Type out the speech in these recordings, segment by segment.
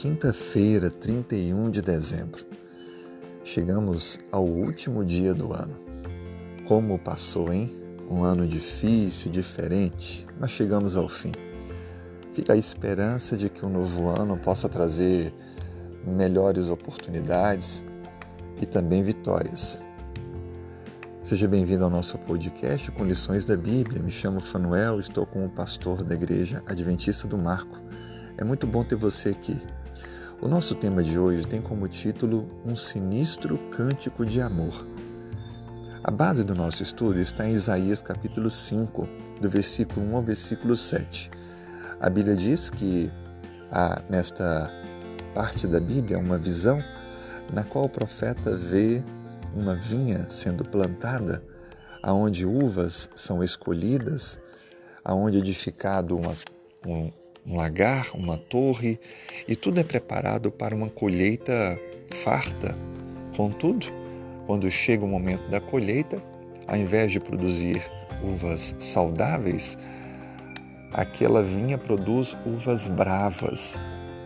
quinta-feira, 31 de dezembro. Chegamos ao último dia do ano. Como passou, hein? Um ano difícil, diferente, mas chegamos ao fim. Fica a esperança de que o novo ano possa trazer melhores oportunidades e também vitórias. Seja bem-vindo ao nosso podcast com lições da Bíblia. Me chamo Fanuel, estou como pastor da Igreja Adventista do Marco. É muito bom ter você aqui. O nosso tema de hoje tem como título Um Sinistro Cântico de Amor. A base do nosso estudo está em Isaías capítulo 5, do versículo 1 ao versículo 7. A Bíblia diz que há nesta parte da Bíblia uma visão na qual o profeta vê uma vinha sendo plantada, aonde uvas são escolhidas, aonde é edificado um lagar, uma torre, e tudo é preparado para uma colheita farta. Contudo, quando chega o momento da colheita, ao invés de produzir uvas saudáveis, aquela vinha produz uvas bravas.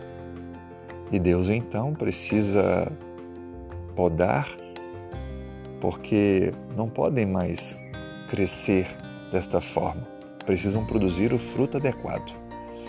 E Deus então precisa podar, porque não podem mais crescer desta forma. Precisam produzir o fruto adequado.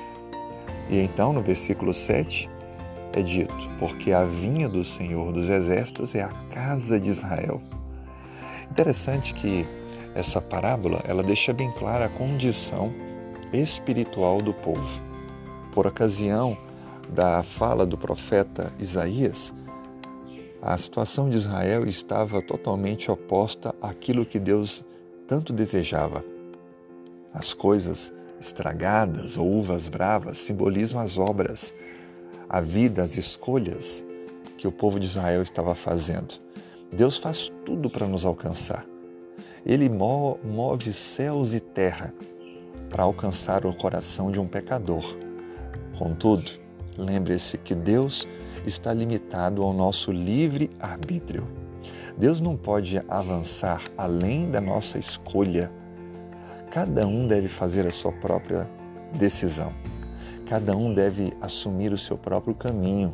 E então, no versículo 7, é dito: porque a vinha do Senhor dos Exércitos é a casa de Israel. Interessante que essa parábola ela deixa bem clara a condição espiritual do povo. Por ocasião da fala do profeta Isaías, a situação de Israel estava totalmente oposta àquilo que Deus tanto desejava. As coisas estragadas ou uvas bravas simbolizam as obras, a vida, as escolhas que o povo de Israel estava fazendo. Deus faz tudo para nos alcançar. Ele move céus e terra para alcançar o coração de um pecador. Contudo, lembre-se que Deus está limitado ao nosso livre arbítrio. Deus não pode avançar além da nossa escolha. Cada um deve fazer a sua própria decisão. Cada um deve assumir o seu próprio caminho.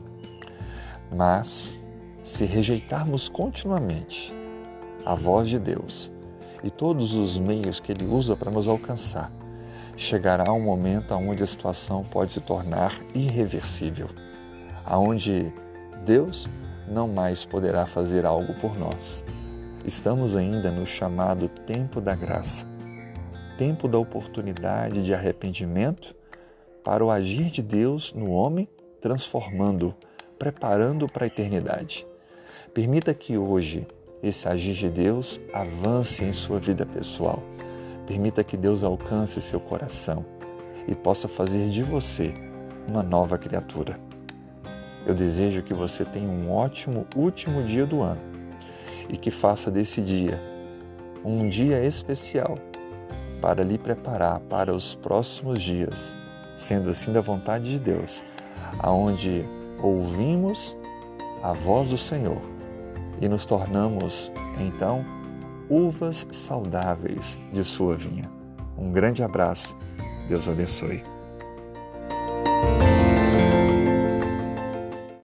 Mas, se rejeitarmos continuamente a voz de Deus e todos os meios que Ele usa para nos alcançar, chegará um momento onde a situação pode se tornar irreversível, onde Deus não mais poderá fazer algo por nós. Estamos ainda no chamado tempo da graça, tempo da oportunidade de arrependimento para o agir de Deus no homem, transformando-o, preparando-o para a eternidade. Permita que hoje esse agir de Deus avance em sua vida pessoal. Permita que Deus alcance seu coração e possa fazer de você uma nova criatura. Eu desejo que você tenha um ótimo último dia do ano e que faça desse dia um dia especial para lhe preparar para os próximos dias, sendo assim da vontade de Deus, aonde ouvimos a voz do Senhor e nos tornamos, então, uvas saudáveis de sua vinha. Um grande abraço. Deus abençoe.